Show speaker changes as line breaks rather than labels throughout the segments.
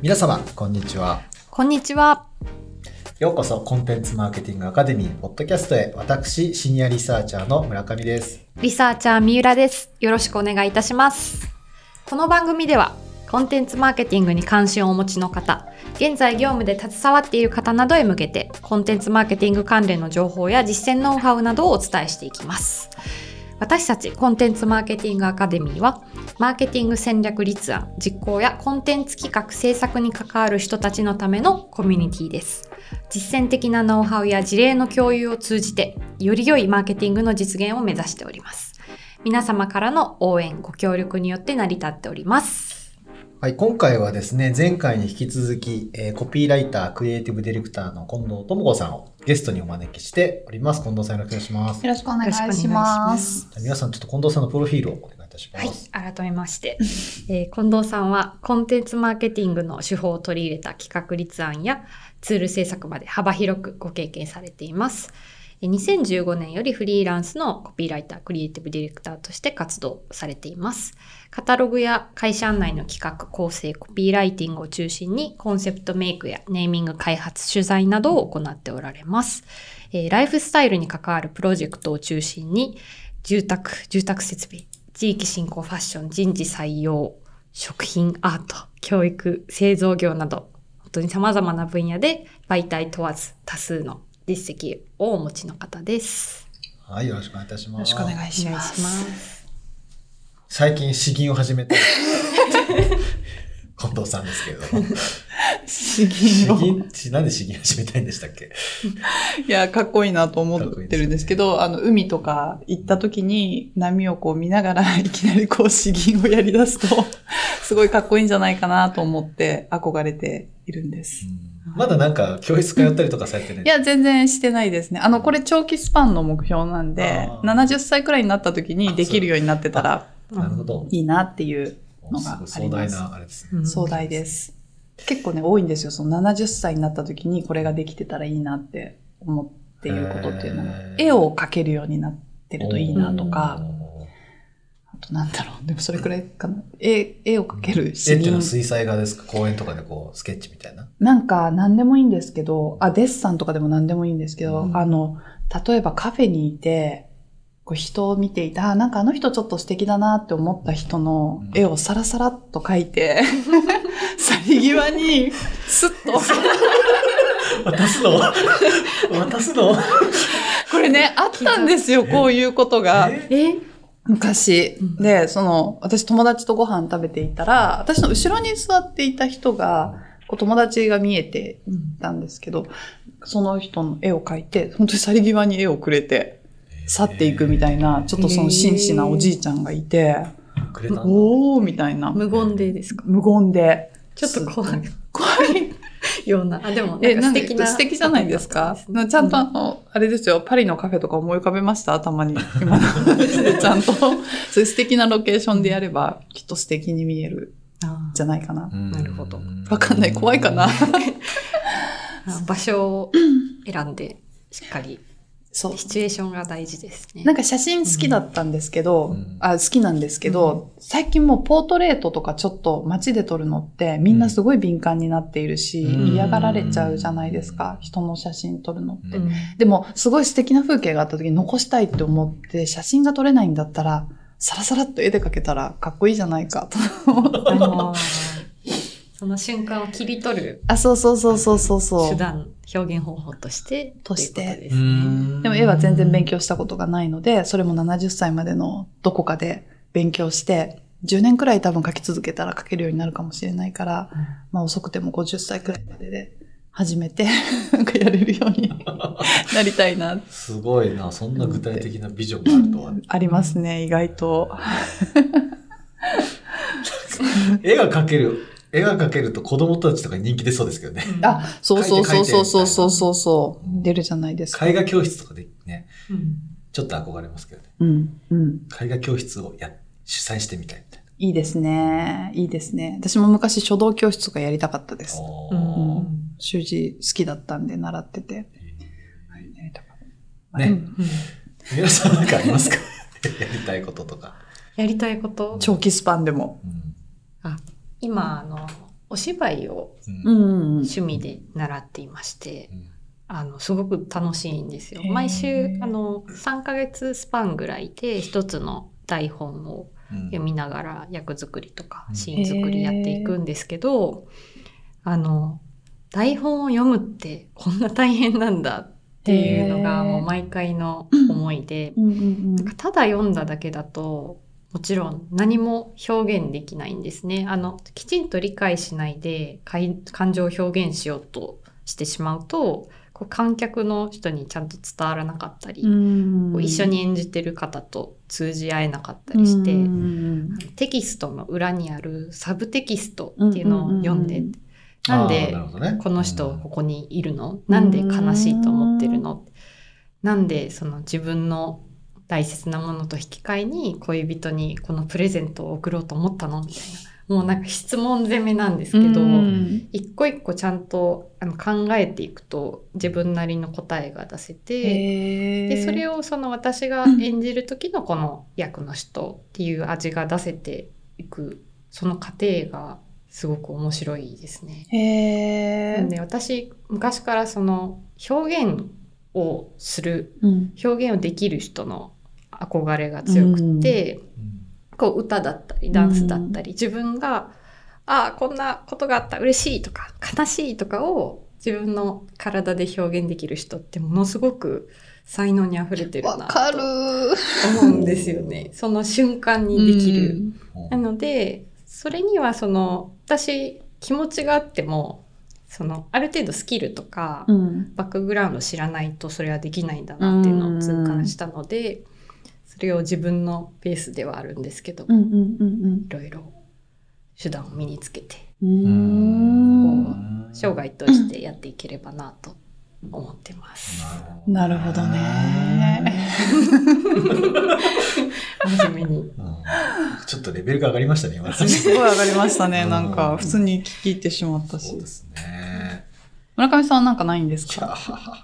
皆様こんにちは。
こんにちは。
ようこそコンテンツマーケティングアカデミーポッドキャストへ。私シニアリサーチャーの村上です。
リサーチャー三浦です。よろしくお願いいたします。この番組ではコンテンツマーケティングに関心をお持ちの方、現在業務で携わっている方などへ向けてコンテンツマーケティング関連の情報や実践ノウハウなどをお伝えしていきます。私たちコンテンツマーケティングアカデミーはマーケティング戦略立案、実行やコンテンツ企画制作に関わる人たちのためのコミュニティです。実践的なノウハウや事例の共有を通じてより良いマーケティングの実現を目指しております。皆様からの応援ご協力によって成り立っております。
はい、今回はですね、前回に引き続き、コピーライタークリエイティブディレクターの近藤智子さんをゲストにお招きしております。近藤さんよろしくお願いします。
よろしくお願いします。
皆さんちょっと近藤さんのプロフィールをお願いいたします。
はい、改めまして、近藤さんはコンテンツマーケティングの手法を取り入れた企画立案やツール制作まで幅広くご経験されています。2015年よりフリーランスのコピーライター、クリエイティブディレクターとして活動されています。カタログや会社案内の企画、構成、コピーライティングを中心にコンセプトメイクやネーミング開発、取材などを行っておられます。ライフスタイルに関わるプロジェクトを中心に住宅設備、地域振興ファッション、人事採用、食品アート、教育、製造業など本当に様々な分野で媒体問わず多数の実績をお持ちの方です。
はい、よろしくお願いいたします。
よろしくお願いします。
最近詩吟を始めた近藤さんですけれども
詩吟
なんで詩吟始めたいんでしたっけ？
いや、かっこいいなと思ってるんですけど、海とか行った時に波をこう見ながらいきなりこう詩吟をやり出すとすごいかっこいいんじゃないかなと思って憧れているんです。
まだなんか教室通ったりとかされてない？
いや、全然してないですね。これ長期スパンの目標なんで、70歳くらいになった時にできるようになってたらいいなっていうのがあります。
壮大なあれですね。
壮大です。結構ね、多いんですよ。その70歳になった時にこれができてたらいいなって思っていることっていうのは、絵を描けるようになってるといいなとか、あとなんだろう、でもそれくらいかな。絵を描ける詩吟。
絵っていうのは水彩画ですか？公園とかでこうスケッチみたいな。
なんか何でもいいんですけど、デッサンとかでも何でもいいんですけど、例えばカフェにいて、こう人を見ていて、なんかあの人ちょっと素敵だなって思った人の絵をサラサラっと描いて、去り際にスッと
渡すの
これね、あったんですよ、こういうことが。昔。で、私友達とご飯食べていたら、私の後ろに座っていた人が、こう友達が見えていたんですけど、その人の絵を描いて、本当に去り際に絵をくれて、去っていくみたいな、ちょっとその真摯なおじいちゃんがいて、おーみたいな。
無言でですか？
無言で。
ちょっと怖い
ような。
でもなんか
素敵じゃないですか？ちゃんとあれですよ、パリのカフェとか思い浮かべました？頭に。今の話でちゃんと、そういう素敵なロケーションでやれば、きっと素敵に見えるじゃないかな。
なるほど。
わかんない。怖いかな。
場所を選んで、しっかり。シチュエーションが大事ですね。
なんか写真好きだったんですけど、好きなんですけど、最近もうポートレートとかちょっと街で撮るのってみんなすごい敏感になっているし、嫌がられちゃうじゃないですか、人の写真撮るのって。でもすごい素敵な風景があった時に残したいって思って写真が撮れないんだったら、サラサラっと絵で描けたらかっこいいじゃないかと思って。
その瞬間を切り取る。
そう。
手段、表現方法として。ですね。
でも絵は全然勉強したことがないので、それも70歳までのどこかで勉強して、10年くらい多分描き続けたら描けるようになるかもしれないから、まあ遅くても50歳くらいまでで始めて、なんかやれるようになりたいな。
すごいな、そんな具体的なビジョンがあるとは。
ありますね、意外と。
絵が描けると子供たちとかに人気出そうですけどね。
そう。出るじゃないですか。
絵画教室とかでね、ちょっと憧れますけどね。絵画教室を主催してみたいみたいな。
いいですね。私も昔書道教室がやりたかったです。習字好きだったんで習ってて。
皆さん何かありますか？やりたいこととか。
やりたいこと？
長期スパンでも。
今お芝居を趣味で習っていまして、すごく楽しいんですよ。毎週3ヶ月スパンぐらいで一つの台本を読みながら役作りとかシーン作りやっていくんですけど、台本を読むってこんな大変なんだっていうのがもう毎回の思いで、なんかただ読んだだけだともちろん何も表現できないんですね。きちんと理解しないで感情を表現しようとしてしまうと、観客の人にちゃんと伝わらなかったり、一緒に演じてる方と通じ合えなかったりして、テキストの裏にあるサブテキストっていうのを読んで、なんでこの人ここにいるの？なんで悲しいと思ってるの？なんでその自分の大切なものと引き換えに恋人にこのプレゼントを贈ろうと思ったの？みたいな。もうなんか質問攻めなんですけど、一個一個ちゃんと考えていくと自分なりの答えが出せて、でそれをその私が演じる時のこの役の人っていう味が出せていく、その過程がすごく面白いですね。なんで私昔からその表現をする、表現をできる人の憧れが強くて、歌だったりダンスだったり、自分がこんなことがあった嬉しいとか悲しいとかを自分の体で表現できる人ってものすごく才能にあふれてるなと思うんですよね。その瞬間にできる。なのでそれには私気持ちがあってもある程度スキルとか、バックグラウンド知らないとそれはできないんだなっていうのを痛感したので、それを自分のペースではあるんですけど、いろいろ手段を身につけて生涯としてやっていければなと思ってます。
なるほどね。
真面目に。
ちょっとレベルが上がりましたね、今。
すごい上がりましたね。なんか普通に聞き入ってしまったし。
そうですね。
村上さんはなんかないんですか？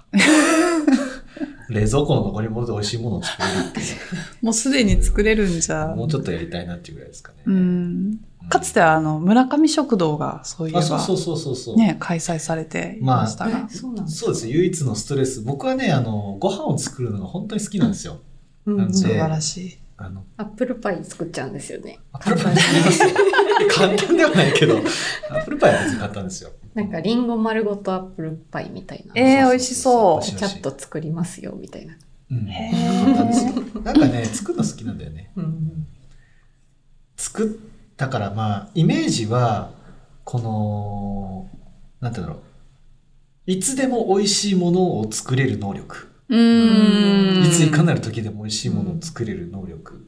冷蔵庫の残り物で美味しいものを作れるっていう。
もうすでに作れるんじゃ。
もうちょっとやりたいなっていうぐらいですかね。
かつては村上食堂がそういえば
そう
ね、開催されていましたが。
そうです。唯一のストレス。僕はね、ご飯を作るのが本当に好きなんですよ。
素晴らしい。
アップルパイ作っちゃうんですよね。
アップルパイ作りますよ。簡単ではないけど、アップルパイは別に簡単ですよ。
なんかリンゴ丸ごとアップルパイみたいな。
美味しそう。
ちゃっと作りますよみたいな。
なんかね、作るの好きなんだよね。作ったからイメージはなんていうんだろう。いつでも美味しいものを作れる能力。いついかなる時でも美味しいものを作れる能力。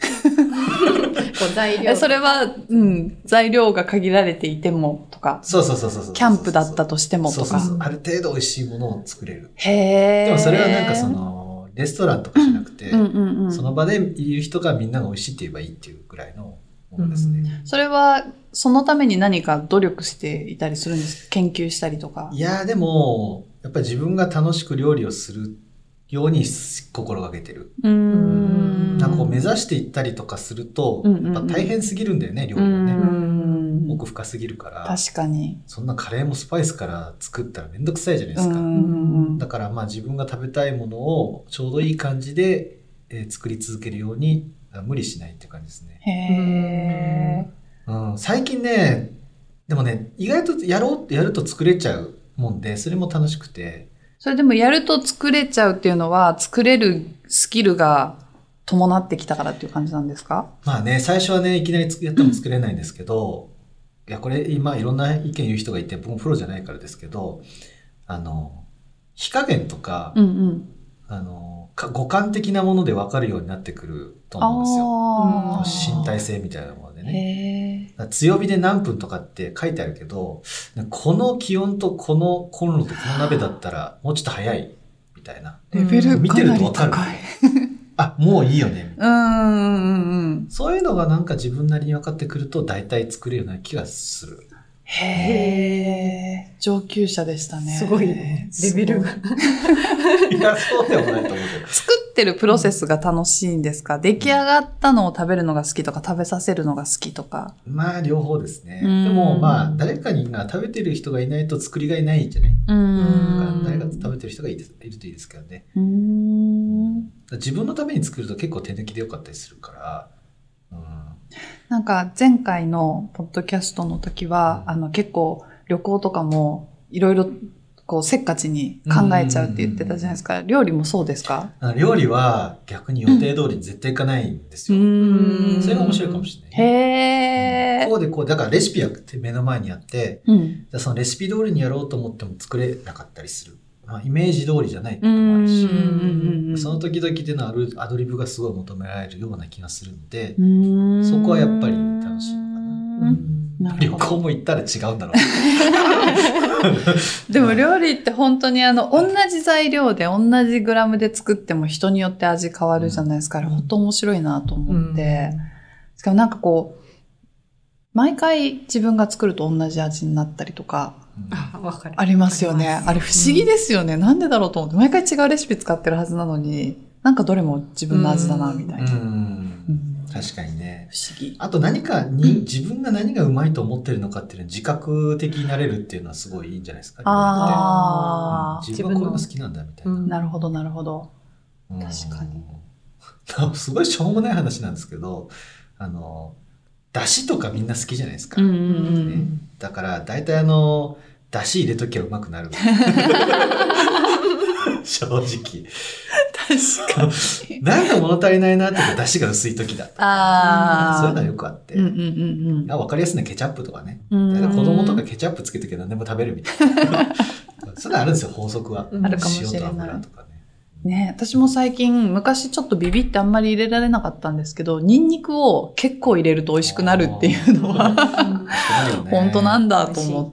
材料。
それは、材料が限られていてもとか。
そう。
キャンプだったとしてもとか。
ある程度美味しいものを作れる。
で
もそれはなんかレストランとかじゃなくて、その場でいる人がみんなが美味しいって言えばいいっていうぐらいのものですね。
それは、そのために何か努力していたりするんですか？研究したりとか。
いやでも、やっぱり自分が楽しく料理をするように心がけてる。なんか目指していったりとかすると、やっぱ大変すぎるんだよね、料理はね。奥深すぎるから。
確かに。
そんなカレーもスパイスから作ったらめんどくさいじゃないですか。だから自分が食べたいものをちょうどいい感じで、作り続けるように無理しないっていう感じですね。最近ね、でもね、意外とやると作れちゃうもんで、それも楽しくて。
それでもやると作れちゃうっていうのは、作れるスキルが伴ってきたからっていう感じなんですか？
最初はね、いきなりやっても作れないんですけど、いや、これ今いろんな意見言う人がいて、僕もプロじゃないからですけど、火加減とか、五感的なもので分かるようになってくると思うんですよ。身体性みたいなものでね。強火で何分とかって書いてあるけど、この気温とこのコンロとこの鍋だったらもうちょっと早いみたいな。
レベルかなり高い。
もういいよねみたいな。そういうのがなんか自分なりに分かってくると大体作れるような気がする。
へー。上級者でしたね。
すごいレベルが。
いや、そうでもないと思うけど。
作ってるプロセスが楽しいんですか？出来上がったのを食べるのが好きとか、食べさせるのが好きとか。
まあ、両方ですね。でも、まあ、誰かに食べてる人がいないと作りがいないんじゃない？誰か食べてる人がいるといいですけどね。自分のために作ると結構手抜きでよかったりするから。
なんか前回のポッドキャストの時は、結構旅行とかもいろいろこうせっかちに考えちゃうって言ってたじゃないですか。料理もそうですか？
料理は逆に予定通りに絶対いかないんですよ。それが面白いかもしれない。
へー。
こうでこう、だからレシピは目の前にあって、そのレシピ通りにやろうと思っても作れなかったりする。イメージ通りじゃないこともあるし、その時々でのアドリブがすごい求められるような気がするので、そこはやっぱり楽しいのかな。旅行も行ったら違うんだろ
う。でも料理って本当に同じ材料で同じグラムで作っても人によって味変わるじゃないですか。本当面白いなと思って。しかもなんかこう、毎回自分が作ると同じ味になったりとか、ありますよね。あれ不思議ですよね。なんでだろうと思って、毎回違うレシピ使ってるはずなのに、なんかどれも自分の味だな、みたいな。
確かにね。
不思議。
あと何かに、自分が何がうまいと思ってるのかっていうのは自覚的になれるっていうのはすごいいいんじゃないですか。自分はこういうの好きなんだみたいな。
なるほど、なるほど。確かに。
すごいしょうもない話なんですけど、出汁とかみんな好きじゃないですか。だから大体出汁入れときはうまくなる。正直。
確かに。
なんか物足りないなって出汁が薄いときだった。そういうのはよくあって。わかりやすいのはケチャップとかね。子供とかケチャップつけときゃ何でも食べるみたいな。そういうのあるんですよ、法則は。
あるかもしれない。
塩と油とかね。
ね、私も最近、昔ちょっとビビってあんまり入れられなかったんですけど、ニンニクを結構入れると美味しくなるっていうのは、本当なんだと思って、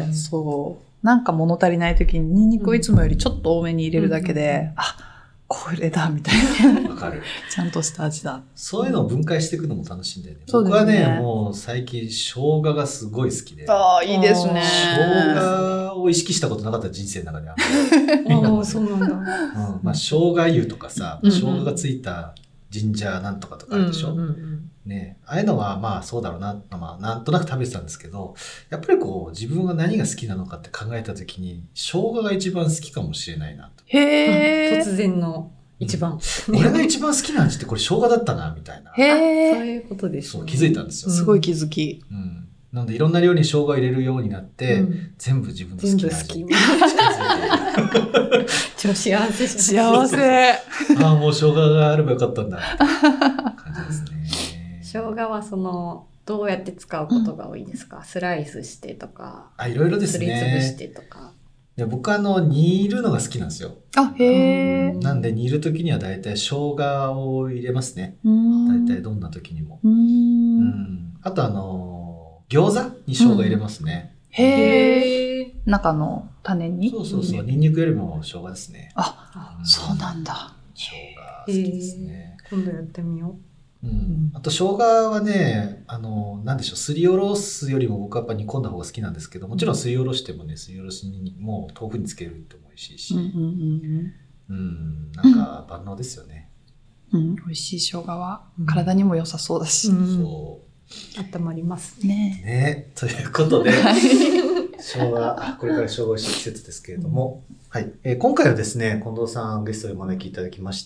そう。なんか物足りない時にニンニクをいつもよりちょっと多めに入れるだけで、これだみたいな。
わかる。
ちゃんとした味だ。
そういうのを分解していくのも楽しいんだよね。僕はね、もう最近生姜がすごい好きで。
いいですね。
生姜を意識したことなかった人生の中では。
そうなんだ。
まあ生姜湯とかさ、生姜がついたジンジャーなんとかとかあるでしょ。ね、ああいうのはまあそうだろうな、まあなんとなく食べてたんですけど、やっぱりこう自分が何が好きなのかって考えたときに生姜が一番好きかもしれないなと。
突然の一番。
俺が一番好きな味ってこれ生姜だったなみたいな。
そういうことです。
そう気づいたんですよ。
すごい気づき。
なのでいろんな料理に生姜入れるようになって、全部自分の好きな味。
超幸せ。
幸せ。
もう生姜があればよかったんだって感じですね。
生姜はどうやって使うことが多いですか？スライスしてとか。
いろいろですね。
すりつぶしてとか。
僕は煮るのが好きなんですよ。
へー。
なんで煮るときにはだいたい生姜を入れますね。だいたいどんなときにも。あと餃子に生姜入れますね。
へー。中の種に？
そう。ニンニクよりも生姜ですね。
そうなんだ。
生姜好きですね。
今度やってみよう。
あと生姜はね、なんでしょう、すりおろすよりも僕はやっぱ煮込んだ方が好きなんですけど、もちろんすりおろしてもね、すりおろしにもう豆腐につけるとも美味しいし、なんか万能ですよね。
美味しい生姜は体にも良さそうだし。
温まります
ね。
ということで、生姜、これから生姜美味しい季節ですけれども、はい。今回はですね、近藤さんゲストでお招きいただきまして、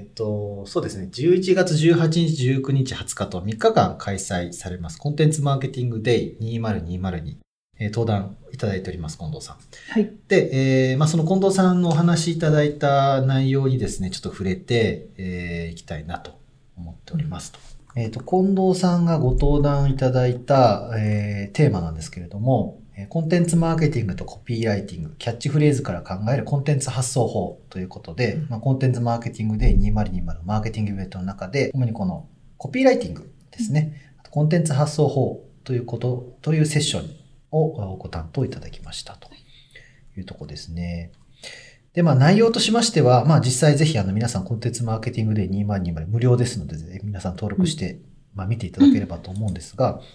そうですね、11月18日、19日、20日と3日間開催されます、コンテンツマーケティングデイ2020に、登壇いただいております、近藤さん。
はい。
で、その近藤さんのお話いただいた内容にですね、ちょっと触れて、いきたいなと思っておりますと。近藤さんがご登壇いただいた、テーマなんですけれども、コンテンツマーケティングとコピーライティング、キャッチフレーズから考えるコンテンツ発想法ということで、コンテンツマーケティングで2020マーケティングイベントの中で、主にこのコピーライティングですね、コンテンツ発想法というセッションをご担当いただきましたというところですね。で、内容としましては、実際ぜひ皆さんコンテンツマーケティングで2020無料ですので、皆さん登録して、見ていただければと思うんですが、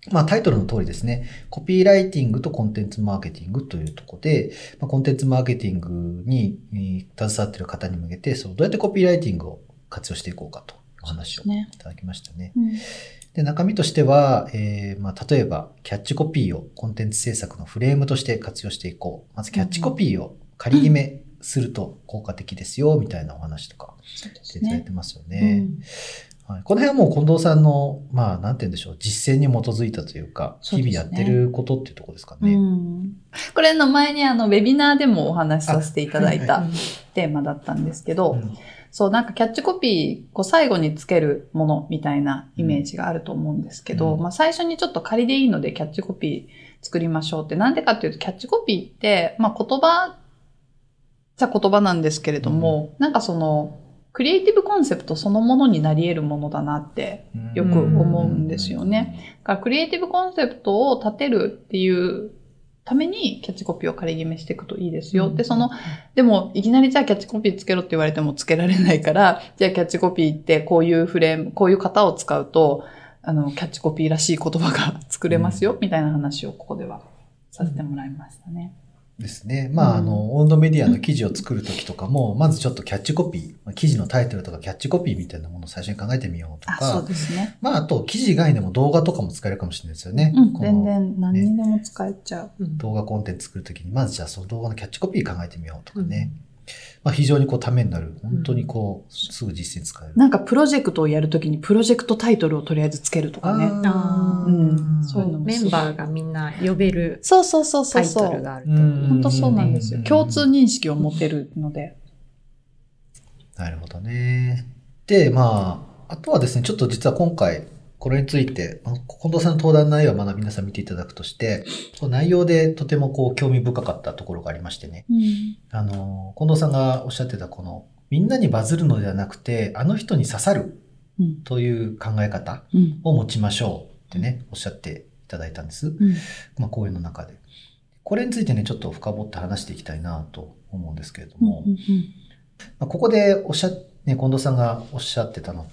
タイトルの通りですね、コピーライティングとコンテンツマーケティングというところで、コンテンツマーケティングに携わっている方に向けて、どうやってコピーライティングを活用していこうかというお話をいただきましたね。で、中身としては、例えば、キャッチコピーをコンテンツ制作のフレームとして活用していこう。まず、キャッチコピーを仮決めすると効果的ですよ、みたいなお話とかしていただいてますよね。はい、この辺はもう近藤さんの、なんて言うんでしょう、実践に基づいたというか、日々やってることっていうところですかね。
これの前にウェビナーでもお話しさせていただいたテーマだったんですけど、そう、なんかキャッチコピー、最後につけるものみたいなイメージがあると思うんですけど、最初にちょっと仮でいいのでキャッチコピー作りましょうって、なんでかっていうと、キャッチコピーって、言葉じゃ言葉なんですけれども、なんかクリエイティブコンセプトそのものになり得るものだなってよく思うんですよね。だからクリエイティブコンセプトを立てるっていうためにキャッチコピーを仮決めしていくといいですよ。で、でもいきなりじゃあキャッチコピーつけろって言われてもつけられないから、じゃあキャッチコピーってこういうフレーム、こういう型を使うと、キャッチコピーらしい言葉が作れますよ、みたいな話をここではさせてもらいましたね。
ですね。オンドメディアの記事を作るときとかも、まずちょっとキャッチコピー、記事のタイトルとかキャッチコピーみたいなものを最初に考えてみようとか。
そうですね。
あと、記事以外でも動画とかも使えるかもしれないですよね。
全然何にでも使えちゃう。
動画コンテンツ作るときに、まずじゃあその動画のキャッチコピー考えてみようとかね。非常にためになる。本当にすぐ実践使える。
なんかプロジェクトをやるときにプロジェクトタイトルをとりあえずつけるとかね。
そういうのメンバーがみんな呼べるタイトルがあると。
本当そうなんですよ。共通認識を持てるので。
なるほどね。で、あとはですね、ちょっと実は今回、これについて、近藤さんの登壇内容はまだ皆さん見ていただくとして、内容でとても興味深かったところがありましてね。近藤さんがおっしゃってたみんなにバズるのではなくて、あの人に刺さるという考え方を持ちましょうってね、おっしゃっていただいたんです。講演の中で。これについてね、ちょっと深掘って話していきたいなと思うんですけれども、ここで近藤さんがおっしゃってたのって、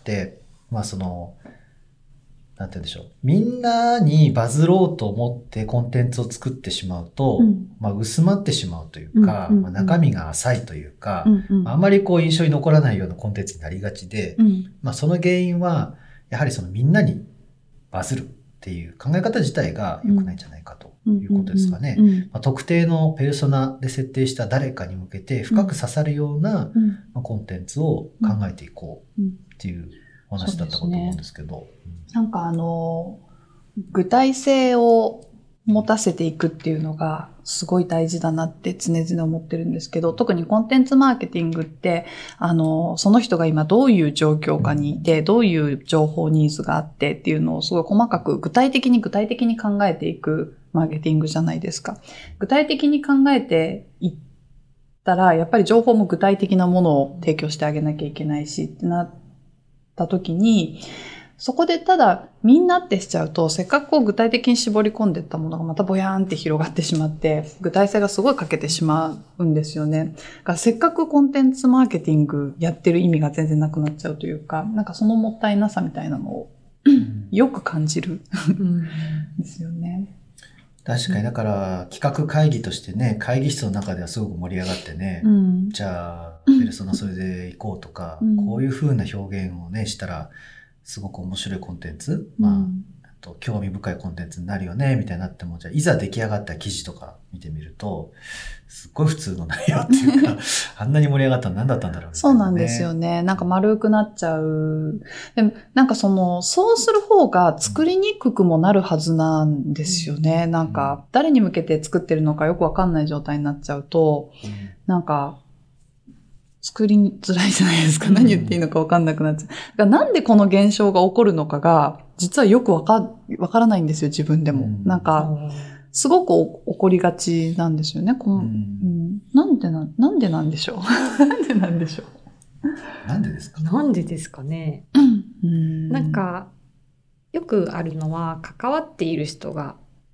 なんて言うんでしょう。みんなにバズろうと思ってコンテンツを作ってしまうと、薄まってしまうというか、中身が浅いというか、あまり印象に残らないようなコンテンツになりがちで、その原因は、やはりみんなにバズるっていう考え方自体が良くないんじゃないかということですかね。特定のペルソナで設定した誰かに向けて深く刺さるようなコンテンツを考えていこうっていうお話だったかと思うんですけど。
なんか具体性を持たせていくっていうのがすごい大事だなって常々思ってるんですけど、特にコンテンツマーケティングって、その人が今どういう状況下にいて、どういう情報ニーズがあってっていうのをすごい細かく具体的に考えていくマーケティングじゃないですか。具体的に考えていったら、やっぱり情報も具体的なものを提供してあげなきゃいけないしってなった時に、そこでただみんなってしちゃうと、せっかく具体的に絞り込んでいったものがまたぼやーんって広がってしまって、具体性がすごい欠けてしまうんですよね。だからせっかくコンテンツマーケティングやってる意味が全然なくなっちゃうというか、なんかそのもったいなさみたいなのをよく感じるですよね。
確かに、だから企画会議としてね、会議室の中ではすごく盛り上がってね、じゃあペルソナそれで行こうとか、こういう風な表現をねしたらすごく面白いコンテンツ、興味深いコンテンツになるよねみたいになっても、じゃあいざ出来上がった記事とか見てみるとすっごい普通の内容っていうかあんなに盛り上がったの何だったんだろうみたいな、ね、
そうなんですよね。なんか丸くなっちゃう。でもなんかそうする方が作りにくくもなるはずなんですよね。なんか誰に向けて作ってるのかよくわかんない状態になっちゃうと、なんか作りづらいじゃないですか。何言っていいのか分かんなくなっちゃう。だからなんでこの現象が起こるのかが、実はよくわからないんですよ、自分でも。なんか、すごく起こりがちなんですよね。なんでなんでしょうなんでなんでしょう
なんでですか
なんでですかね。なんか、よくあるのは、関わっている人が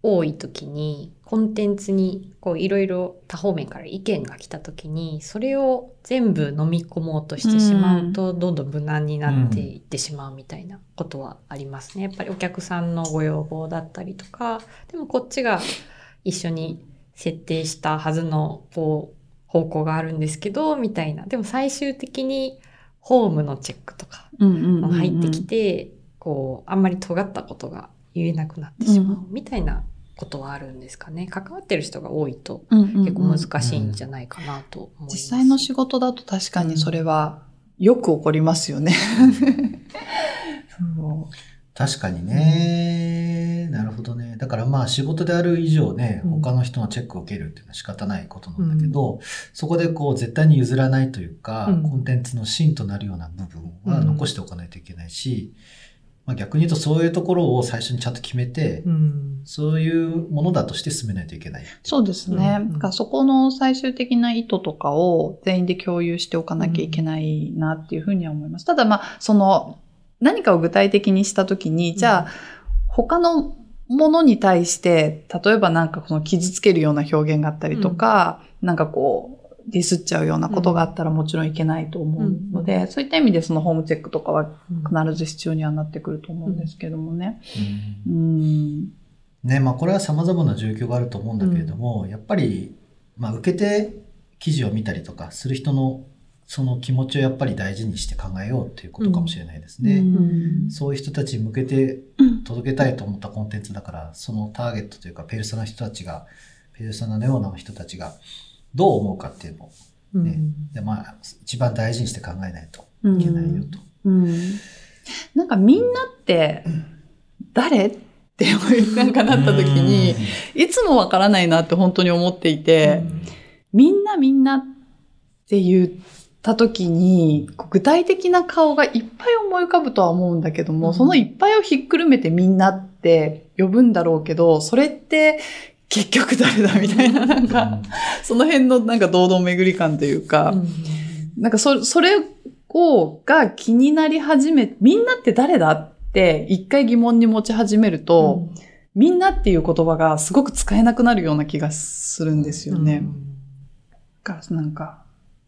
多い時にコンテンツにこういろいろ多方面から意見が来た時にそれを全部飲み込もうとしてしまうとどんどん無難になっていってしまうみたいなことはありますね。やっぱりお客さんのご要望だったりとか、でもこっちが一緒に設定したはずのこう方向があるんですけどみたいな、でも最終的にホームのチェックとか入ってきて、こうあんまり尖ったことが言えなくなってしまうみたいなことはあるんですかね。関わってる人が多いと結構難しいんじゃないかなと思います。
実際の仕事だと確かにそれはよく起こりますよね。
確かにね。なるほどね。だからまあ仕事である以上ね、他の人のチェックを受けるっていうのは仕方ないことなんだけど、そこでこう絶対に譲らないというか、コンテンツの芯となるような部分は残しておかないといけないし、まあ、逆に言うとそういうところを最初にちゃんと決めて、そういうものだとして進めないといけない。
そうですね。そこの最終的な意図とかを全員で共有しておかなきゃいけないなっていうふうには思います。ただまあ、その何かを具体的にしたときに、じゃあ他のものに対して、例えばなんかその傷つけるような表現があったりとか、なんかこう、ディスっちゃうようなことがあったらもちろんいけないと思うので、そういった意味でそのホームチェックとかは必ず必要にはなってくると思うんですけどもね。
ね、まあこれは様々な状況があると思うんだけれども、やっぱり、まあ受けて記事を見たりとかする人のその気持ちをやっぱり大事にして考えようということかもしれないですね。そういう人たちに向けて届けたいと思ったコンテンツだから、そのターゲットというかペルソナの人たちが、ペルソナのような人たちがどう思うかっていうのをね、でまあ一番大事にして考えないといけないよと。
なんかみんなって誰ってなんかなった時に、いつもわからないなって本当に思っていて、みんなって言った時に具体的な顔がいっぱい思い浮かぶとは思うんだけども、そのいっぱいをひっくるめてみんなって呼ぶんだろうけど、それって結局誰だみたいな、なんか、その辺のなんか堂々巡り感というか、なんかそれが気になり始め、みんなって誰だって一回疑問に持ち始めると、みんなっていう言葉がすごく使えなくなるような気がするんですよね。なんか、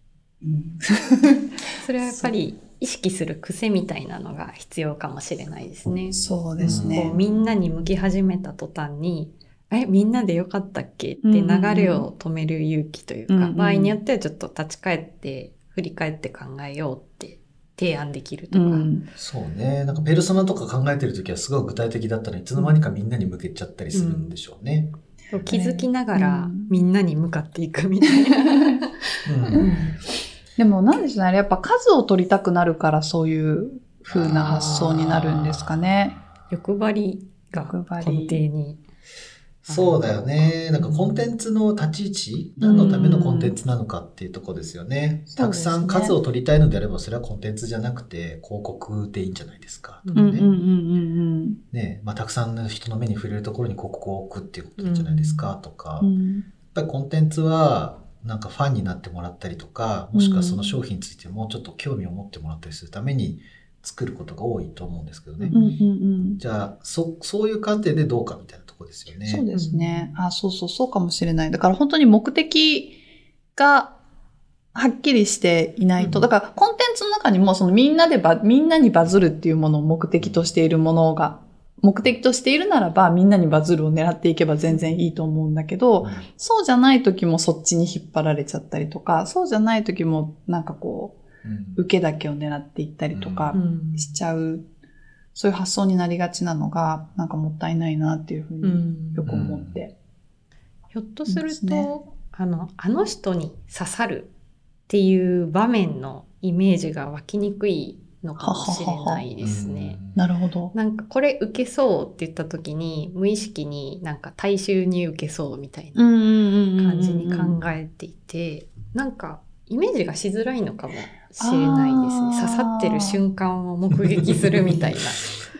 それはやっぱり意識する癖みたいなのが必要かもしれないですね。
そうですね。
みんなに向き始めた途端に、みんなでよかったっけって流れを止める勇気というか、場合によってはちょっと立ち返って振り返って考えようって提案できるとか。
そうね。なんかペルソナとか考えてるときはすごい具体的だったのに、いつの間にかみんなに向けちゃったりするんでしょうね。
気づきながらみんなに向かっていくみたいな。
でもなんでしょうね。やっぱ数を取りたくなるからそういう風な発想になるんですかね。
欲張りが根底に。
そうだよね。なんかコンテンツの立ち位置、何のためのコンテンツなのかっていうところですよね。たくさん数を取りたいのであれば、それはコンテンツじゃなくて広告でいいんじゃないですか。ね、まあたくさんの人の目に触れるところに広告を置くっていうことでいいんじゃないですかとか。やっぱりコンテンツはなんかファンになってもらったりとか、もしくはその商品についてもうちょっと興味を持ってもらったりするために作ることが多いと思うんですけどね。じゃあそういう観点でどうかみたいなところですよね。
そうですね。そうかもしれない。だから本当に目的がはっきりしていないと、だからコンテンツの中にもそのみんなにバズるっていうものを目的としているものが、目的としているならばみんなにバズるを狙っていけば全然いいと思うんだけど、そうじゃない時もそっちに引っ張られちゃったりとか、そうじゃない時もなんかこう、受けだけを狙っていったりとかしちゃう、そういう発想になりがちなのがなんかもったいないなっていうふうによく思って、
ひょっとすると、あの人に刺さるっていう場面のイメージが湧きにくいのかもしれないですね。
なるほど。
なんかこれ受けそうって言った時に無意識になんか大衆に受けそうみたいな感じに考えていて、なんかイメージがしづらいのかもしれないですね。刺さってる瞬間を目撃するみたいな。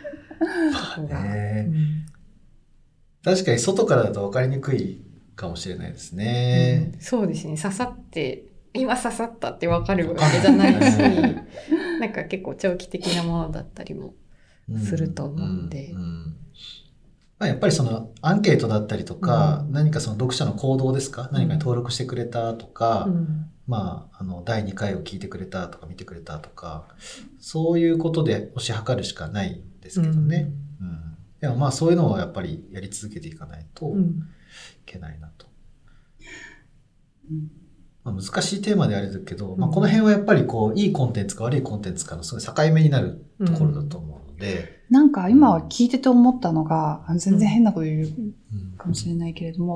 確かに外からだと分かりにくいかもしれないですね。
そうですね。刺さって今刺さったって分かるわけじゃないし、なんか結構長期的なものだったりもすると思うんで。
やっぱりそのアンケートだったりとか、何かその読者の行動ですか、何かに登録してくれたとか、第2回を聞いてくれたとか見てくれたとか、そういうことで推し量るしかないんですけどね。でもそういうのはやっぱりやり続けていかないといけないなと。難しいテーマであるけど、この辺はやっぱりいいコンテンツか悪いコンテンツかのすごい境目になるところだと思うので。
なんか今は聞いてて思ったのが、全然変なこと言うかもしれないけれども、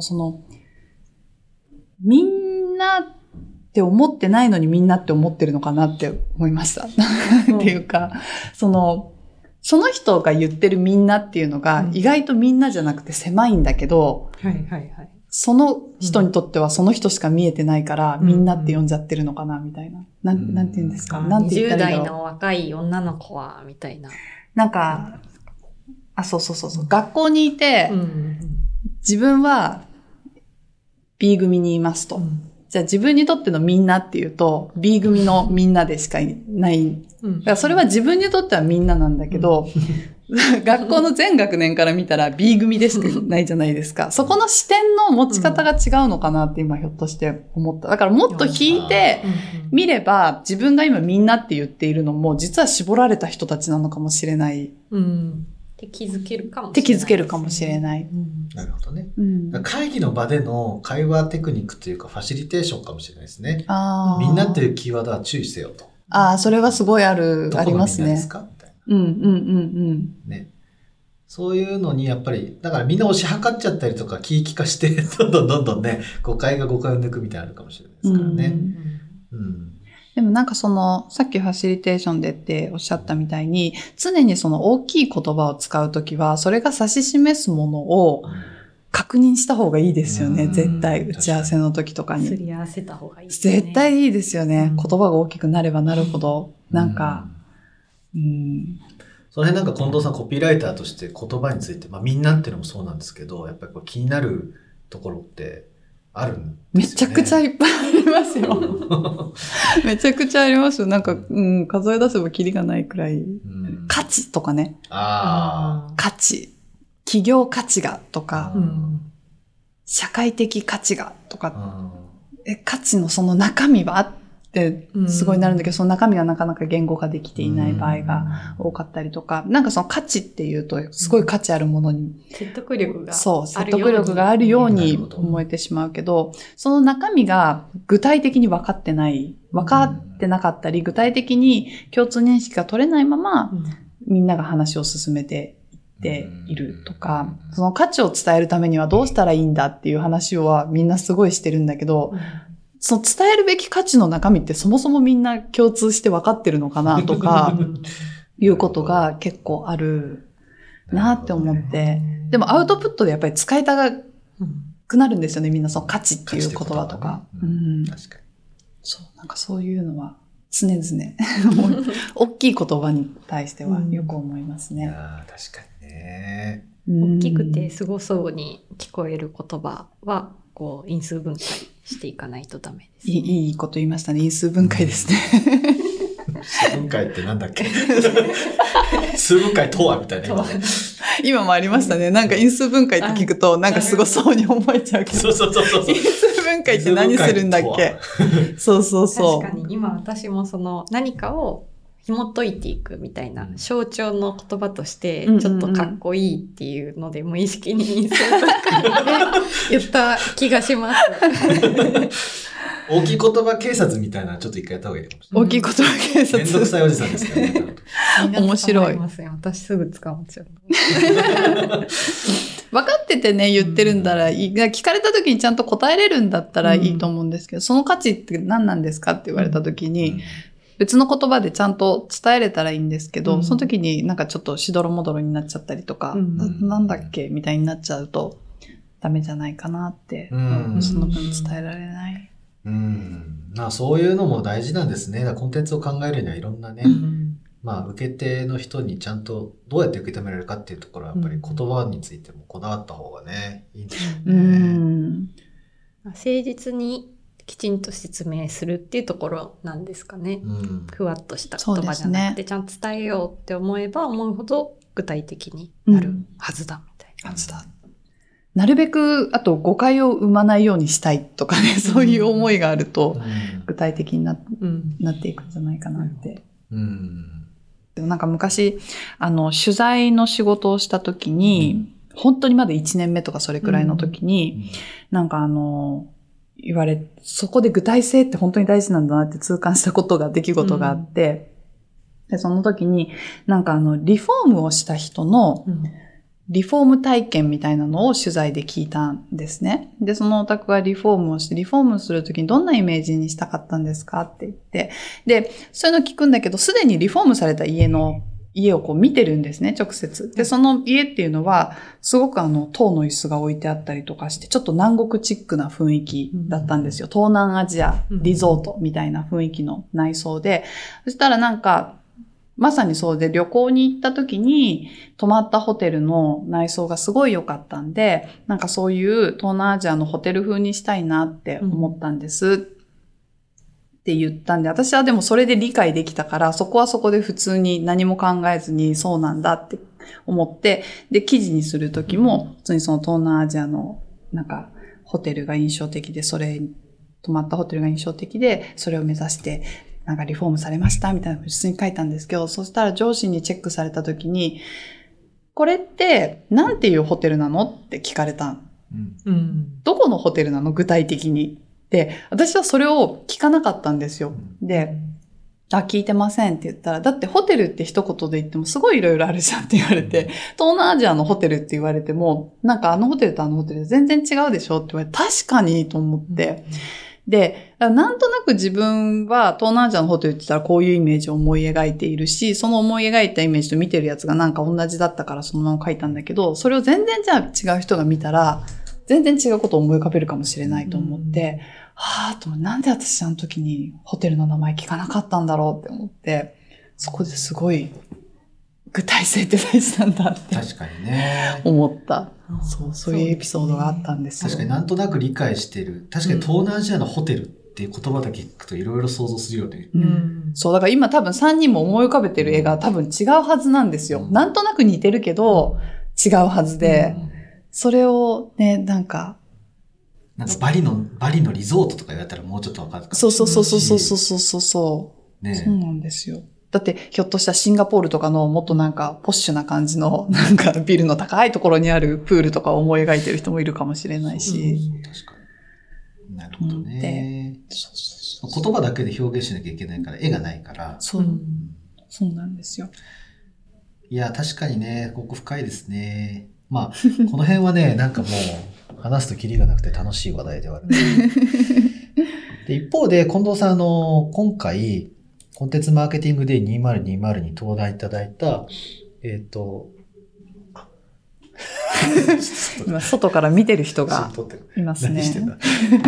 みんなって思ってないのにみんなって思ってるのかなって思いました。っていうか、その人が言ってるみんなっていうのが、意外とみんなじゃなくて狭いんだけど、その人にとってはその人しか見えてないから、みんなって呼んじゃってるのかな、みたいな。なんて言うんですか、なんて言ったらいいんだろう。
20代の若い女の子は、みたいな。
なんか、そう。学校にいて、自分は B 組にいますと。じゃあ自分にとってのみんなっていうと、B 組のみんなでしかいない。だからそれは自分にとってはみんななんだけど、学校の全学年から見たら B 組でしかないじゃないですか。そこの視点の持ち方が違うのかなって今ひょっとして思った。だからもっと引いて見れば自分が今みんなって言っているのも実は絞られた人たちなのかもしれない。
って気づけるかもしれない。
って気づけるかもしれない。
なるほどね。会議の場での会話テクニックというかファシリテーションかもしれないですね。みんなっていうキーワードは注意せよと。
それはすごいありますね。
どこのみんなですかね。そういうのにやっぱり、だからみんな推し量っちゃったりとか、気利かして、どんどんね、誤解が誤解を抜くみたいなのあるかもしれないですからね。
でもなんかさっきファシリテーションでっておっしゃったみたいに、常に大きい言葉を使うときは、それが指し示すものを確認した方がいいですよね。絶対、打ち合わせの時とかに。
すり合わせた方がいいですね。
絶対いいですよね。言葉が大きくなればなるほど。なんか、
その辺なんか近藤さんコピーライターとして言葉について、みんなっていうのもそうなんですけど、やっぱり気になるところってあるんですよね。
めちゃくちゃいっぱいありますよ。めちゃくちゃありますよ。なんか、数え出せばキリがないくらい。価値とかね。価値。企業価値がとか、社会的価値がとか、価値のその中身はってすごいなるんだけど、その中身がなかなか言語化できていない場合が多かったりとか、なんかその価値っていうと、すごい価値あるものに。
説得力が。
説得力があるように思えてしまうけど、その中身が具体的に分かってなかったり、具体的に共通認識が取れないまま、みんなが話を進めているとか、その価値を伝えるためにはどうしたらいいんだっていう話はみんなすごいしてるんだけど、その伝えるべき価値の中身ってそもそもみんな共通して分かってるのかなとか、いうことが結構あるなって思って、でもアウトプットでやっぱり使いたくなるんですよね、みんなその価値っていう言葉とか。確かに。そう、なんかそういうのは常々、大きい言葉に対してはよく思いますね。
確かにね。
大きくてすごそうに聞こえる言葉は、因数分解していかないとダメです、ね。
いいこと言いましたね。因数分解ですね。
数分解ってなんだっけ数分解とはみたいな。
今もありましたね。なんか因数分解って聞くと、なんかすごそうに思えちゃうけど。
そう。
因数分解って何するんだっけそう。
確かに今私も何かを紐解いていくみたいな象徴の言葉としてちょっとかっこいいっていうので無意識に因数分解で言った気がします。
大きい言葉警察みたいなちょっと一回やった方がいいかもしれない。
大きい言葉警察。
めんどくさいおじさんですからね。
面白い。
私すぐ使っちゃう。
分かっててね、言ってるんだらいい。聞かれた時にちゃんと答えれるんだったらいいと思うんですけど、その価値って何なんですかって言われた時に、別の言葉でちゃんと伝えれたらいいんですけど、その時になんかちょっとしどろもどろになっちゃったりとか、なんだっけみたいになっちゃうとダメじゃないかなって、その分伝えられない。
そういうのも大事なんですね。だからコンテンツを考えるにはいろんなね、受け手の人にちゃんとどうやって受け止められるかっていうところはやっぱり言葉についてもこだわった方がね、いいんでしょうね。
誠実にきちんと説明するっていうところなんですかね。ふわっとした言葉じゃなくて、ちゃんと伝えようって思えば思うほど具体的になるはずだみたいな。
なるべく、あと誤解を生まないようにしたいとかね、そういう思いがあると、具体的になっていくんじゃないかなって。でもなんか昔、取材の仕事をした時に、本当にまだ1年目とかそれくらいの時に、なんかそこで具体性って本当に大事なんだなって痛感した出来事があって、で、その時に、なんかリフォームをした人の、リフォーム体験みたいなのを取材で聞いたんですね。で、そのお宅がリフォームをして、リフォームするときにどんなイメージにしたかったんですかって言って、で、そういうの聞くんだけど、すでにリフォームされた家をこう見てるんですね、直接。で、その家っていうのは、すごく塔の椅子が置いてあったりとかして、ちょっと南国チックな雰囲気だったんですよ。東南アジアリゾートみたいな雰囲気の内装で。そしたらなんか、まさにそうで、旅行に行った時に泊まったホテルの内装がすごい良かったんで、なんかそういう東南アジアのホテル風にしたいなって思ったんですって言ったんで、私はでもそれで理解できたから、そこはそこで普通に何も考えずにそうなんだって思って、で、記事にする時も、普通にその東南アジアのなんかホテルが印象的で、泊まったホテルが印象的で、それを目指して、なんかリフォームされましたみたいなのを普通に書いたんですけど、そしたら上司にチェックされた時に、これってなんていうホテルなのって聞かれた。どこのホテルなの具体的に。で、私はそれを聞かなかったんですよ。で、聞いてませんって言ったら、だってホテルって一言で言ってもすごいいろいろあるじゃんって言われて、東南アジアのホテルって言われても、なんかホテルとホテル全然違うでしょって言われて、確かにと思って、で、なんとなく自分は東南アジアのホテルって言ったらこういうイメージを思い描いているし、その思い描いたイメージと見てるやつがなんか同じだったからそのまま書いたんだけど、それを全然じゃあ違う人が見たら、全然違うことを思い浮かべるかもしれないと思って、なんで私あの時にホテルの名前聞かなかったんだろうって思って、そこですごい具体性って大事なんだって
確かにね
思った。そういうエピソードがあったんですよ。
確かになんとなく理解してる。確かに東南アジアのホテルっていう言葉だけ聞くといろいろ想像するよね。
そう、だから今多分3人も思い浮かべてる絵が多分違うはずなんですよ。なんとなく似てるけど違うはずで、それをね、なんか
バリのリゾートとか言われたらもうちょっとわかるかもしれないし。
そう。ね、そうなんですよ。だって、ひょっとしたらシンガポールとかのもっとなんかポッシュな感じのなんかビルの高いところにあるプールとかを思い描いてる人もいるかもしれないし。
確かに。なるほどね。言葉だけで表現しなきゃいけないから、絵がないから。
そうなんですよ。
いや、確かにね、ここ深いですね。まあ、この辺はね、なんかもう話すとキリがなくて楽しい話題ではある。で一方で、近藤さん、今回、コンテンツマーケティングデー2020に登壇いただいた、
今、外から見てる人がいますね。
何してんだ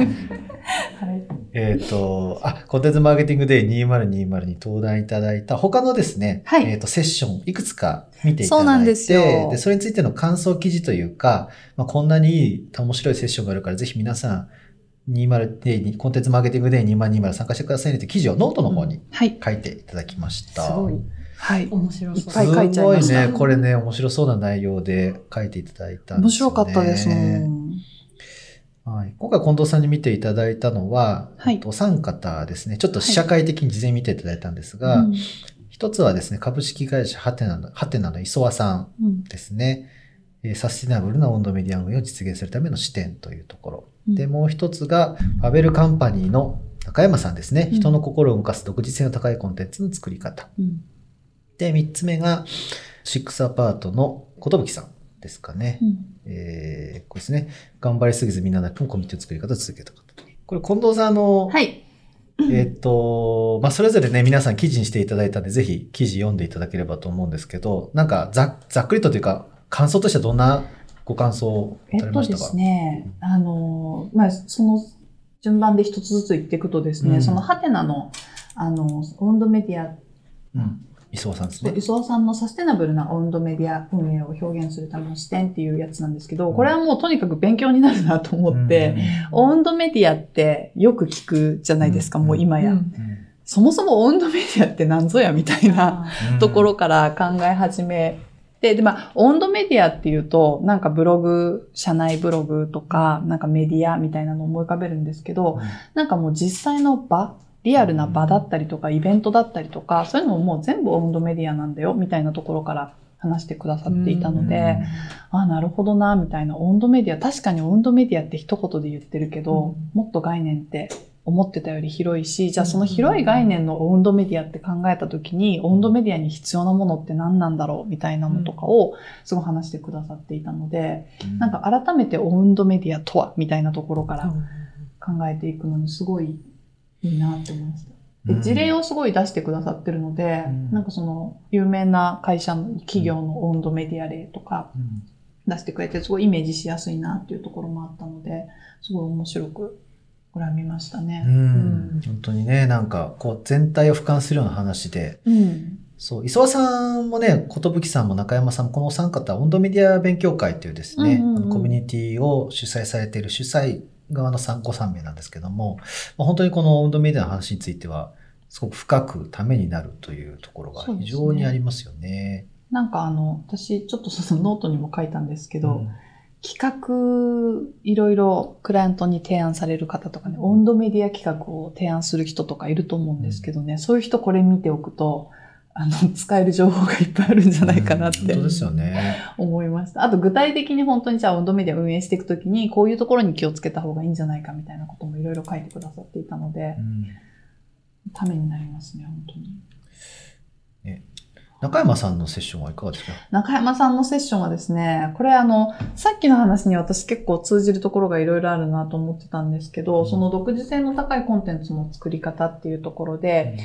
コンテンツマーケティングデー2020に登壇いただいた他のですね、セッションいくつか見ていただいて、
そうなんですよ。
で、それについての感想記事というか、こんなに面白いセッションがあるから、ぜひ皆さん、コンテンツマーケティングデー2020参加してくださいねって記事をノートの方に書いていただきました。
すごい。
はい。
面白そう。
いっぱい書いちゃいました。
すごいね。これね、面白そうな内容で書いていただいたんですよね。
面白かったですね。
はい、今回近藤さんに見ていただいたのは、お三方ですね。ちょっと試写会的に事前に見ていただいたんですが、一つはですね、株式会社ハテナの磯和さんですね。サスティナブルな温度メディア運営を実現するための視点というところ。で、もう一つが、ファベルカンパニーの中山さんですね。人の心を動かす独自性の高いコンテンツの作り方。で、三つ目が、シックスアパートの小吹さんですかね。これですね。頑張りすぎずみんなだけもコミュニティの作り方を続けた方。これ、近藤さんの、それぞれね、皆さん記事にしていただいたんで、ぜひ記事読んでいただければと思うんですけど、なんかざっくりとというか、感想としてはどんなご感想をされましたか？
ですね、その順番で一つずつ言っていくとですね、そのハテナの、温度メディア、
磯和さんですね。
磯和さんのサステナブルな温度メディア運営を表現するための視点っていうやつなんですけど、これはもうとにかく勉強になるなと思って、温度メディアってよく聞くじゃないですか、もう今や。そもそも温度メディアって何ぞやみたいなところから考え始めで、温度メディアっていうと、なんかブログ、社内ブログとか、なんかメディアみたいなのを思い浮かべるんですけど、なんかもう実際の場、リアルな場だったりとか、イベントだったりとか、そういうのももう全部温度メディアなんだよ、みたいなところから話してくださっていたので、なるほどな、みたいな温度メディア、確かに温度メディアって一言で言ってるけど、もっと概念って思ってたより広いし、じゃあその広い概念の温度メディアって考えたときに、温度メディアに必要なものって何なんだろうみたいなのとかをすごい話してくださっていたので、なんか改めて温度メディアとはみたいなところから考えていくのにすごいいいなって思いました。で、事例をすごい出してくださってるので、なんかその有名な会社の企業の温度メディア例とか出してくれて、すごいイメージしやすいなっていうところもあったので、すごい面白くこれは見ましたね。
本当にね、なんかこう全体を俯瞰するような話で、そう、磯和さんもね、寿さんも中山さんもこのお三方、温度メディア勉強会というですね、コミュニティを主催されている主催側の3名なんですけども、本当にこの温度メディアの話については、すごく深くためになるというところが非常にありますよね。
なんか私ちょっとそのノートにも書いたんですけど、企画、いろいろクライアントに提案される方とかね、温度メディア企画を提案する人とかいると思うんですけどね、そういう人これ見ておくと、使える情報がいっぱいあるんじゃないかなって、
本当ですよね。
思いました。あと具体的に本当にじゃあ温度メディアを運営していくときに、こういうところに気をつけた方がいいんじゃないかみたいなこともいろいろ書いてくださっていたので、ためになりますね、本当に。
中山さんのセッションはいかがですか？
中山さんのセッションはですね、これさっきの話に私結構通じるところがいろいろあるなと思ってたんですけど、その独自性の高いコンテンツの作り方っていうところで、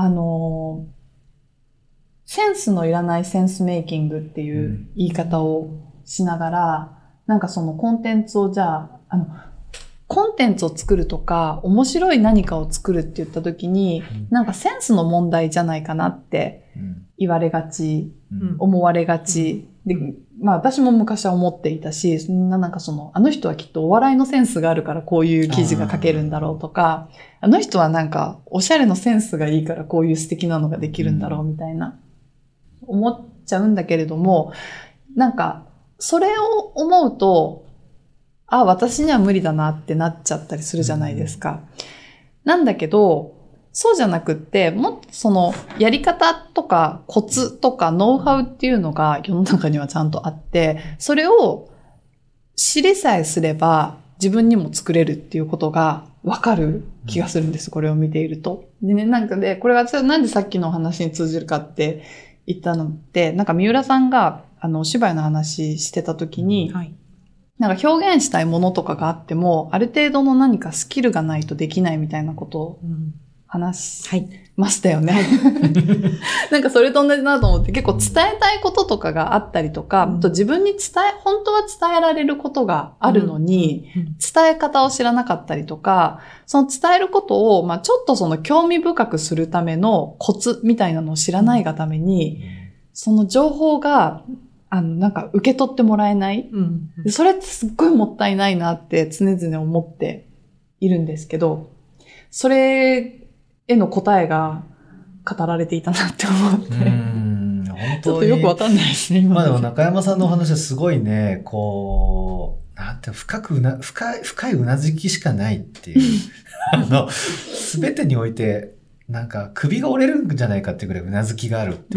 センスのいらないセンスメイキングっていう言い方をしながら、なんかそのコンテンツをじゃあ、コンテンツを作るとか、面白い何かを作るって言った時に、なんかセンスの問題じゃないかなって言われがち、思われがち。で、私も昔は思っていたし、なんかあの人はきっとお笑いのセンスがあるからこういう記事が書けるんだろうとか、あの人はなんかおしゃれのセンスがいいからこういう素敵なのができるんだろうみたいな、思っちゃうんだけれども、なんか、それを思うと、私には無理だなってなっちゃったりするじゃないですか。なんだけど、そうじゃなくって、もっとやり方とかコツとかノウハウっていうのが世の中にはちゃんとあって、それを知りさえすれば自分にも作れるっていうことがわかる気がするんです。これを見ていると。でね、なんかで、これがなんでさっきの話に通じるかって言ったのって、なんか三浦さんがお芝居の話してた時に、なんか表現したいものとかがあっても、ある程度の何かスキルがないとできないみたいなことを話しましたよね。なんかそれと同じなと思って、結構伝えたいこととかがあったりとか、あと自分に本当は伝えられることがあるのに、伝え方を知らなかったりとか、その伝えることを、ちょっと興味深くするためのコツみたいなのを知らないがために、その情報がなんか受け取ってもらえない、それってすっごいもったいないなって常々思っているんですけど、それへの答えが語られていたなって思って。
本当に
ちょっとよくわかんないですね、今。
でも中山さんのお話はすごいね、なんて深いうなずきしかないっていう。すべてにおいて、なんか首が折れるんじゃないかっていうぐらいうなずきがあるっていう、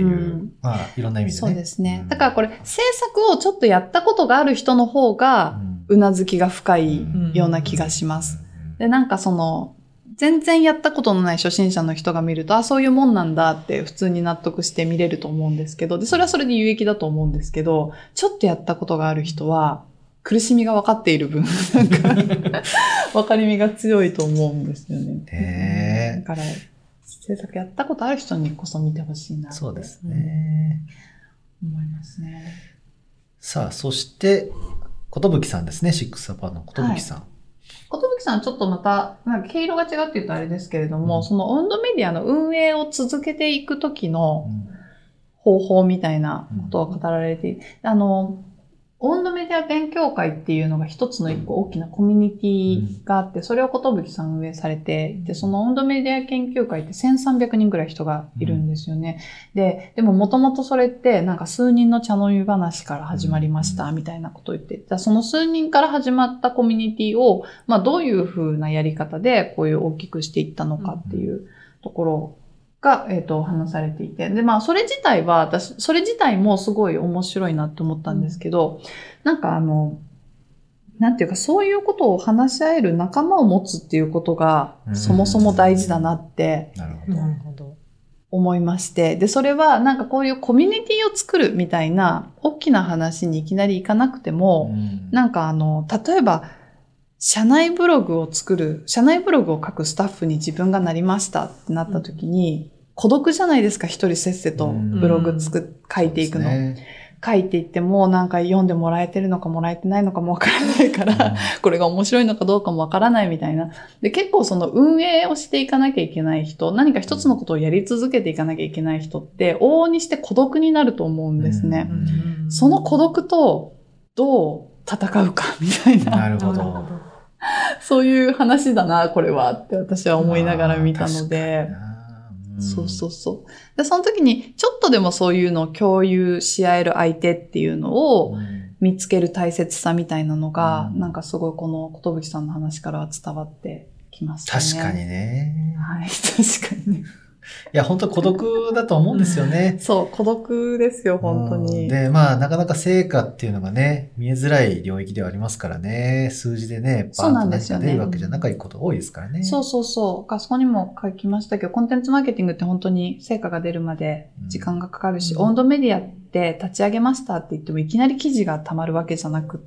いろんな意味でね。
そうですね。だからこれ、制作をちょっとやったことがある人の方が、うなずきが深いような気がします。で、なんか全然やったことのない初心者の人が見ると、そういうもんなんだって普通に納得して見れると思うんですけど、で、それはそれで有益だと思うんですけど、ちょっとやったことがある人は、苦しみが分かっている分、なんか、分かりみが強いと思うんですよね。だから、制作やったことある人にこそ見てほしいなって。
そうですね。
思いますね。
さあ、そして、寿さんですね。シックスアパーの寿さん。
寿さんちょっとまた、なんか毛色が違うって言うとあれですけれども、その温度メディアの運営を続けていくときの方法みたいなことを語られて、 温度メディア勉強会っていうのが一つの一個大きなコミュニティがあって、それを寿さん運営されていて、その温度メディア研究会って1300人ぐらい人がいるんですよね。でももともとそれってなんか数人の茶飲み話から始まりましたみたいなことを言って、じゃあその数人から始まったコミュニティを、どういう風なやり方でこういう大きくしていったのかっていうところが、話されていて。で、それ自体は、それ自体もすごい面白いなって思ったんですけど、なんかなんていうか、そういうことを話し合える仲間を持つっていうことが、そもそも大事だなって、思いまして。で、それは、なんかこういうコミュニティを作るみたいな、大きな話にいきなり行かなくても、なんか例えば、社内ブログを書くスタッフに自分がなりましたってなった時に、孤独じゃないですか、一人せっせとブログ書いていくの。書いていってもなんか読んでもらえてるのかもらえてないのかもわからないから、これが面白いのかどうかもわからないみたいな。で、結構その運営をしていかなきゃいけない人、何か一つのことをやり続けていかなきゃいけない人って、往々にして孤独になると思うんですね。その孤独とどう戦うかみたいな。
なるほど。
そういう話だな、これはって私は思いながら見たので。そうそうそう。で、その時にちょっとでもそういうのを共有し合える相手っていうのを見つける大切さみたいなのが、なんかすごいこの寿さんの話からは伝わってきましたね。
確かにね。
はい、確かにね。
いや、本当に孤独だと思うんですよね。
そう、孤独ですよ、本当に。
で、なかなか成果っていうのがね、見えづらい領域ではありますからね。数字でね、バーンと何か出るわけじゃないこと多いですからね。
そうそうそう。あそこにも書きましたけど、コンテンツマーケティングって本当に成果が出るまで時間がかかるし、温度メディアって立ち上げましたって言ってもいきなり記事が溜まるわけじゃなくって、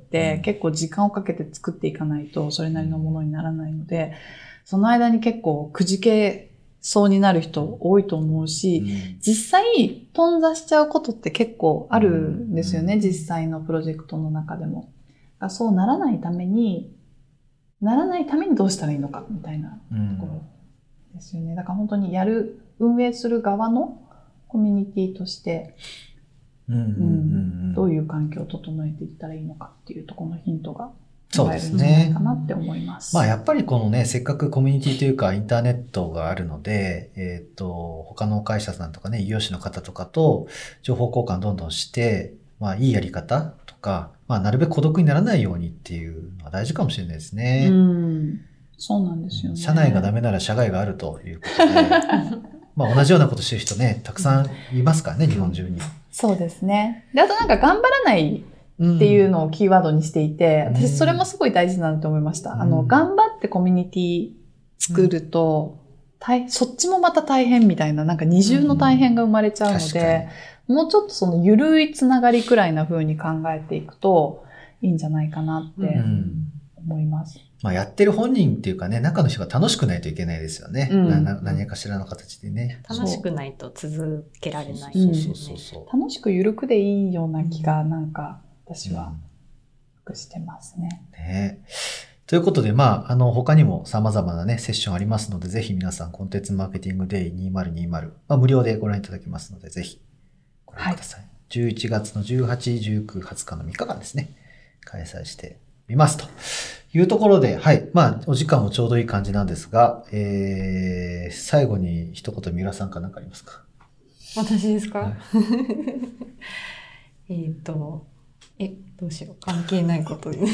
結構時間をかけて作っていかないとそれなりのものにならないので、その間に結構くじけそうになる人多いと思うし、実際頓挫しちゃうことって結構あるんですよね、実際のプロジェクトの中でも。そうならないためにどうしたらいいのかみたいなところですよね。だから本当に運営する側のコミュニティとして、どういう環境を整えていったらいいのかっていうところのヒントが
そうですね。
かなって思います。
やっぱりこのね、せっかくコミュニティというかインターネットがあるので、他の会社さんとかね、異業種の方とかと情報交換どんどんして、いいやり方とか、なるべく孤独にならないようにっていうのは大事かもしれないですね。
そうなんですよね。
社内がダメなら社外があるということで、同じようなことしてる人ね、たくさんいますからね、日本中に。
そうですね。で、あとなんか頑張らないっていうのをキーワードにしていて、私それもすごい大事だなと思いました。頑張ってコミュニティ作ると、そっちもまた大変みたいな、なんか二重の大変が生まれちゃうので、もうちょっとその緩いつながりくらいな風に考えていくといいんじゃないかなって思います。
やってる本人っていうかね、中の人が楽しくないといけないですよね。何かしらの形でね。
楽しくないと続けられない。
楽しく緩くでいいような気がなんか、私はしてますね。
ということで、他にも様々なね、セッションありますので、ぜひ皆さん、コンテンツマーケティングデイ2020、無料でご覧いただけますので、ぜひご覧ください。11月の18、19、20日の3日間ですね、開催してみますというところで、はい。お時間もちょうどいい感じなんですが、最後に一言、三浦さんか何かありますか？
私ですか？どうしよう。関係ないことに。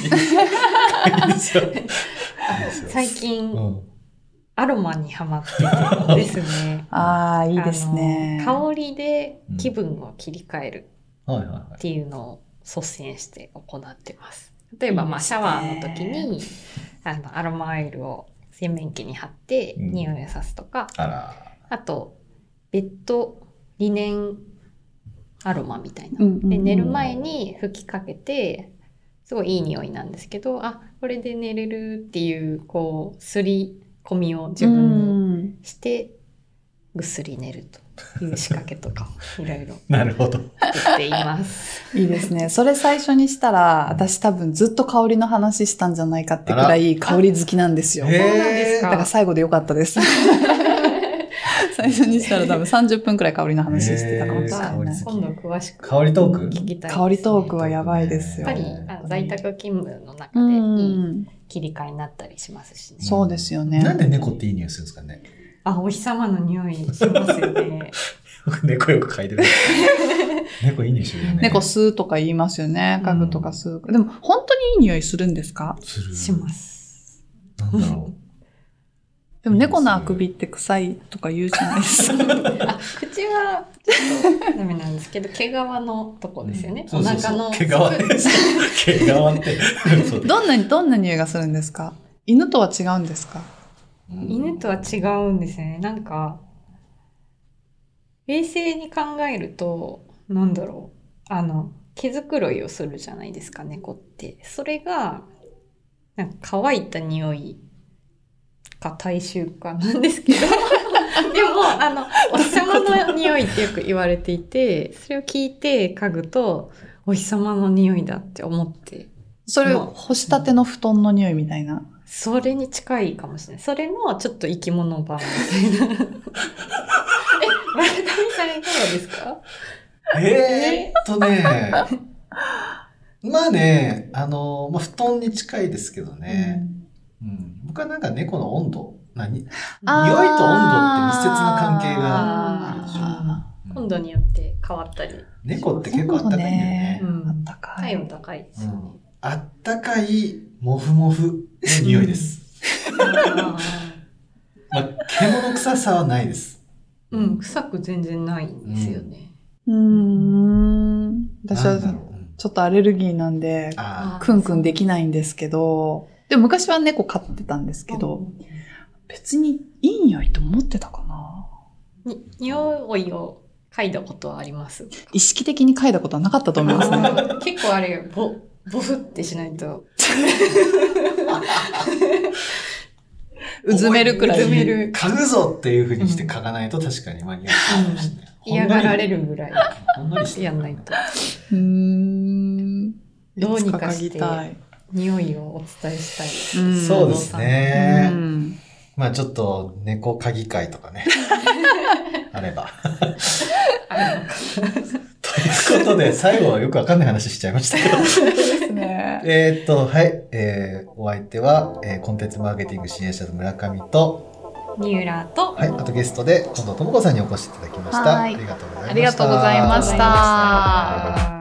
最近、アロマにハマっててですね。
いいですね。
香りで気分を切り替えるっていうのを率先して行ってます。例えば、シャワーの時に、アロマオイルを洗面器に貼って匂いをさすとか、あと、ベッドリネンアロマみたいな。で、寝る前に吹きかけて、すごいいい匂いなんですけど、これで寝れるっていう、すり込みを自分にして、ぐっすり寝るという仕掛けとかをいろいろ作っています。
いいですね。それ最初にしたら、私多分ずっと香りの話したんじゃないかってくらい香り好きなんですよ。
そうなんですか。
だから最後でよかったです。 最初にしたら多分30分くらい香りの話してたかもしれない。
今度詳しく
香りトーク
聞きたいですね。
香りトークはやばいですよ。
やっぱり在宅勤務の中でいい切り替えになったりしますしね。
そうですよね。
なんで猫っていい匂いするんですかね。
お日様の匂いしますよね。
猫よく嗅いでる。猫いい匂いするよね。
猫吸うとか言いますよね。家具とか吸う。でも本当にいい匂いするんですか？
する。
します。
なんだろう。
でも猫のあくびって臭いとか言うじゃないですか。
口はちょっとダメなんですけど、毛皮のとこですよね。お腹の。
毛皮です。毛皮って。
どんな匂いがするんですか？犬とは違うんですか？
犬とは違うんですね。なんか、冷静に考えると、なんだろう。毛づくろいをするじゃないですか、猫って。それが、なんか乾いた匂いか体臭かなんですけど。でも、お日様の匂いってよく言われていて、それを聞いて嗅ぐと、お日様の匂いだって思って。
それ、干したての布団の匂いみたいな。
それに近いかもしれない。それのちょっと生き物版みたいな。村上さんいかがですか？
まあね、布団に近いですけどね。僕はなんか猫の温度、匂いと温度って密接な関係があるでしょ。
温度によって変わったり。
猫って結構あったかいんだよね。
あったかい。
体温高いですよね。
あったかいモフモフの匂いです。獣臭さはないです。
臭く全然ないんですよね。
私はちょっとアレルギーなんで、クンクンできないんですけど、でも昔は猫飼ってたんですけど、別にいい匂いと思ってたかな。
匂いを嗅いだことはあります？
意識的に嗅いだことはなかったと思いますね。
結構あれ、ボフってしないと。
うずめるくらい。
嗅ぐぞっていう風にして嗅がないと確かに間に合うかもしれない。
嫌がられるぐらい。
ほんのりして
やんないと。
どうにかして
匂いをお伝えしたい。
そうですね。まあちょっと猫嗅ぎ会とかね。あれば。ということで、最後はよくわかんない話しちゃいましたけど。
そうですね。
はい。お相手は、コンテンツマーケティング支援者の村上と、
三浦と、
はい。あとゲストで、近藤智子さんにお越しいただきました。ありがとうございました。
ありがとうございました。